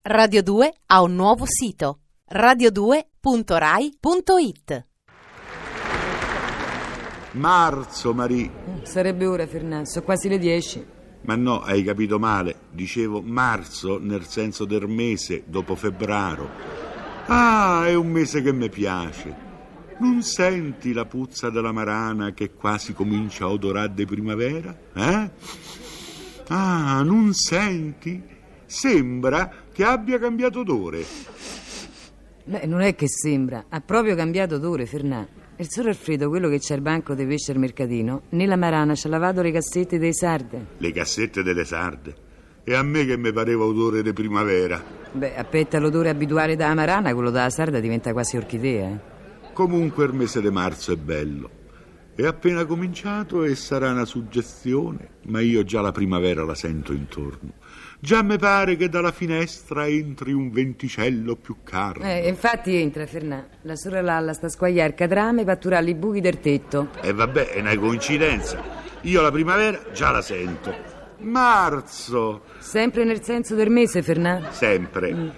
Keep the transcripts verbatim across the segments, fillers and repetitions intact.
Radio due ha un nuovo sito: radio due punto rai punto it. Marzo, Marie. Sarebbe ora, Fernando, sono quasi le dieci. Ma no, hai capito male. Dicevo marzo nel senso del mese dopo febbraio. Ah, è un mese che mi piace. Non senti la puzza della marana che quasi comincia a odorare di primavera? Eh? Ah, non senti? Sembra che abbia cambiato odore. Beh, non è che sembra, ha proprio cambiato odore, Fernando. Il solo Alfredo, quello che c'è al banco dei pesci al mercatino, nella marana ci ha lavato le cassette dei sarde. Le cassette delle sarde? E a me che mi pareva odore di primavera. Beh, aspetta l'odore abituale dalla marana, quello della sarda diventa quasi orchidea, eh. Comunque il mese di marzo è bello. È appena cominciato e sarà una suggestione, ma io già la primavera la sento intorno. Già mi pare che dalla finestra entri un venticello più caro. Eh, infatti entra, Fernà. La sorella Lalla sta a squagliare il catrame e patturare i buchi del tetto. E vabbè, è una coincidenza. Io la primavera già la sento. Marzo. Sempre nel senso del mese, Fernà? Sempre. Mm.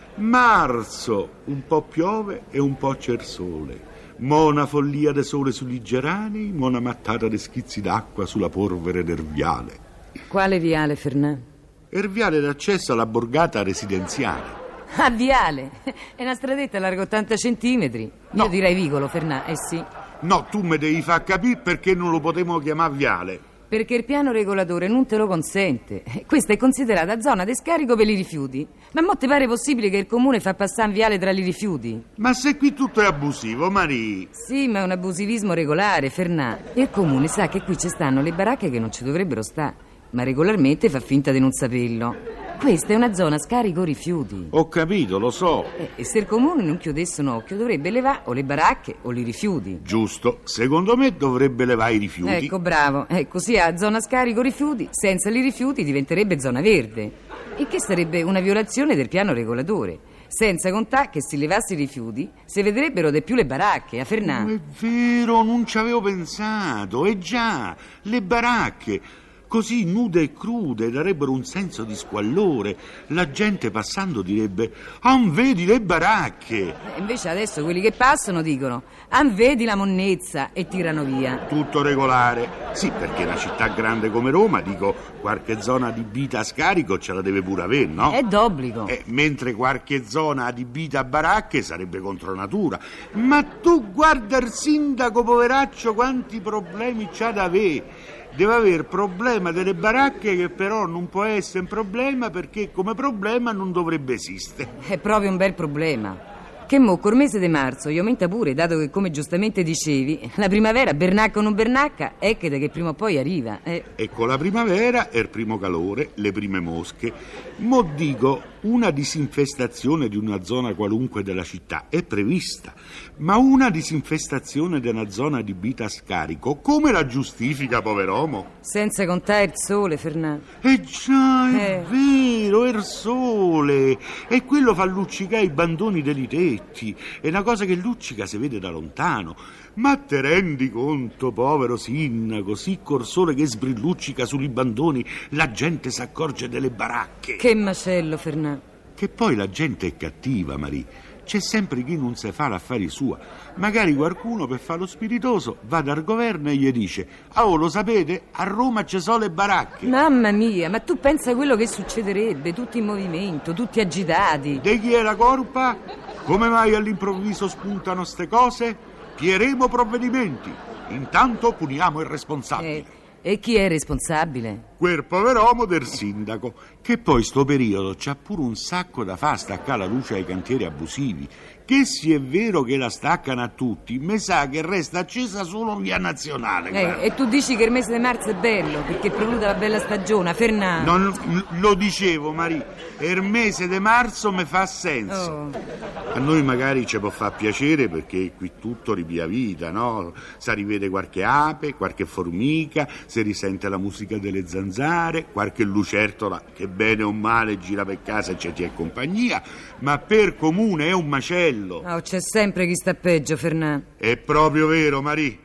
Marzo. Un po' piove e un po' c'è il sole. Mo' una follia de sole sugli geranei, mo' una mattata de schizzi d'acqua sulla polvere del viale. Quale viale, Fernà? Il viale d'accesso alla borgata residenziale. Ah, viale! È una stradetta larga ottanta centimetri. No. Io direi vicolo, Fernà, eh sì. No, tu mi devi far capire perché non lo potevo chiamare viale. Perché il piano regolatore non te lo consente. Questa è considerata zona di scarico per i rifiuti. Ma mo ti pare possibile che il comune fa passare un viale tra i rifiuti? Ma se qui tutto è abusivo, Marie. Sì, ma è un abusivismo regolare, Fernà. Il comune sa che qui ci stanno le baracche che non ci dovrebbero stare, ma regolarmente fa finta di non saperlo. Questa è una zona scarico rifiuti. Ho capito, lo so. Eh, e se il comune non chiudesse un occhio dovrebbe levare o le baracche o i rifiuti. Giusto, secondo me dovrebbe levare i rifiuti. Ecco, bravo. Eh, così a zona scarico rifiuti, senza i rifiuti diventerebbe zona verde. Il che sarebbe una violazione del piano regolatore. Senza contare che se levassi i rifiuti si vedrebbero di più le baracche, a Fernando. È vero, non ci avevo pensato. E già, le baracche, così nude e crude, darebbero un senso di squallore. La gente passando direbbe: ah, vedi le baracche. E invece adesso quelli che passano dicono: ah, vedi la monnezza, e tirano via. Tutto regolare. Sì, perché una città grande come Roma, dico, qualche zona adibita a scarico ce la deve pure avere, no? È d'obbligo. Eh, mentre qualche zona adibita a baracche sarebbe contro natura. Ma tu guarda il sindaco, poveraccio, quanti problemi c'ha da avere. Deve avere il problema delle baracche, che però non può essere un problema perché come problema non dovrebbe esistere. È proprio un bel problema. Che mo col mese di marzo gli aumenta pure, dato che, come giustamente dicevi, la primavera, bernacca o non bernacca, è che, che prima o poi arriva. Eh. E con la primavera è il primo calore, le prime mosche. Mo dico, una disinfestazione di una zona qualunque della città è prevista, ma una disinfestazione di una zona adibita a scarico, come la giustifica, pover'uomo? Senza contare il sole, Fernando. Eh già, è Eh. vero, è il sole. E quello fa luccicare i bandoni dei tetti. È una cosa che luccica si vede da lontano. Ma te rendi conto, povero sindaco, sì, col sole che sbrilluccica sui bandoni, la gente si accorge delle baracche. Che macello, Fernando. Che poi la gente è cattiva, Marie. C'è sempre chi non sa fare l'affari sua. Magari qualcuno, per fare lo spiritoso, va dal governo e gli dice: ah, oh, lo sapete? A Roma ci sono le baracche. Mamma mia, ma tu pensa a quello che succederebbe? Tutti in movimento, tutti agitati. De chi è la colpa? Come mai all'improvviso spuntano ste cose? Pieremo provvedimenti. Intanto puniamo il responsabile. Eh, e chi è responsabile? Quel pover'uomo del sindaco, che poi sto periodo c'ha pure un sacco da fare a staccare la luce ai cantieri abusivi. Che sì, è vero che la staccano a tutti, me sa che resta accesa solo via Nazionale. Eh, e tu dici che il mese di marzo è bello, perché è preluda la bella stagione, Fernando. Non lo dicevo, Marie, il mese di marzo mi fa senso. Oh. A noi magari ci può far piacere perché qui tutto ripia vita, no? Si rivede qualche ape, qualche formica, si risente la musica delle zanzare, qualche lucertola che bene o male gira per casa e ci tiene compagnia, ma per comune è un macello. Oh, c'è sempre chi sta peggio, Fernando. È proprio vero, Marie.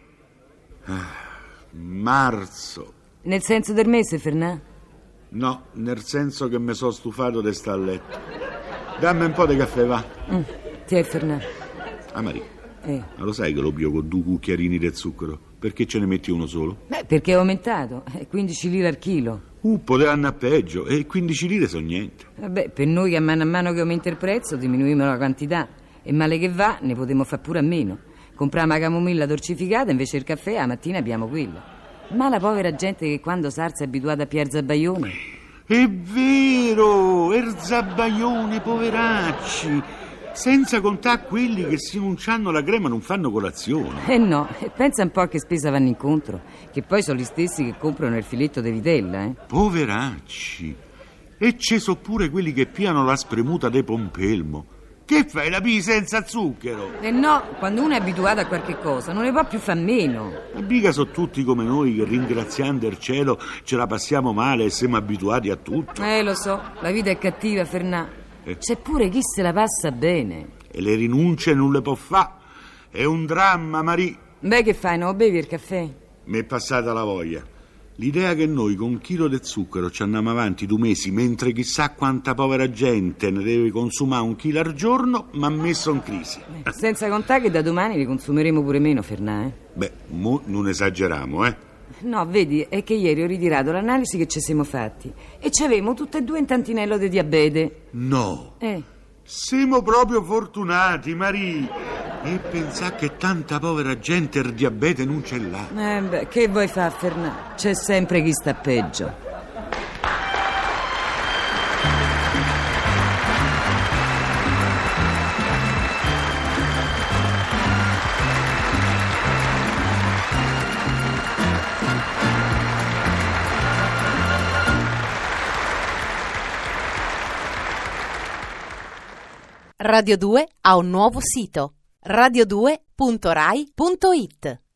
Ah, marzo. Nel senso del mese, Fernando? No, nel senso che mi sono stufato di sta a letto. Dammi un po' di caffè, va. Mm. Ti è Fernando. Ah, Maria, Eh. ma lo sai che lo bio con due cucchiarini di zucchero? Perché ce ne metti uno solo? Beh, perché è aumentato, è quindici lire al chilo. Uh, poteva andare peggio, e quindici lire sono niente. Vabbè, per noi a mano a mano che aumenta il prezzo diminuiamo la quantità. E male che va, ne potremmo fare pure a meno. Compriamo la camomilla dolcificata, invece il caffè la mattina abbiamo quello. Ma la povera gente che quando sarsa è abituata a Pier Zabaione. È vero, Erzabaione, poveracci. Senza contare quelli che se non c'hanno la crema non fanno colazione. Eh no, e pensa un po' a che spesa vanno incontro, che poi sono gli stessi che comprano il filetto di vitella, eh. Poveracci. E ci sono pure quelli che piano la spremuta de pompelmo. Che fai, la pii senza zucchero? Eh no, quando uno è abituato a qualche cosa non ne può più far meno. Ma mica sono tutti come noi che ringraziando il cielo ce la passiamo male e siamo abituati a tutto. Eh, lo so, la vita è cattiva, Fernà. Eh. C'è pure chi se la passa bene. E le rinunce non le può fa'. È un dramma, Marie. Beh, che fai, non bevi il caffè? Mi è passata la voglia. L'idea che noi con un chilo di zucchero ci andiamo avanti due mesi, mentre chissà quanta povera gente ne deve consumare un chilo al giorno, mi ha messo in crisi. Eh, senza contare che da domani ne consumeremo pure meno, Fernà, eh? Beh, mo non esageriamo, eh? No, vedi, è che ieri ho ritirato l'analisi che ci siamo fatti e ci avevamo tutte e due un tantinello di diabete. No. Eh, Siamo proprio fortunati, Marie. E pensà che tanta povera gente il diabete non ce l'ha. eh beh, che vuoi fare, Fernà? C'è sempre chi sta peggio. Radio due ha un nuovo sito: radio due punto rai punto it.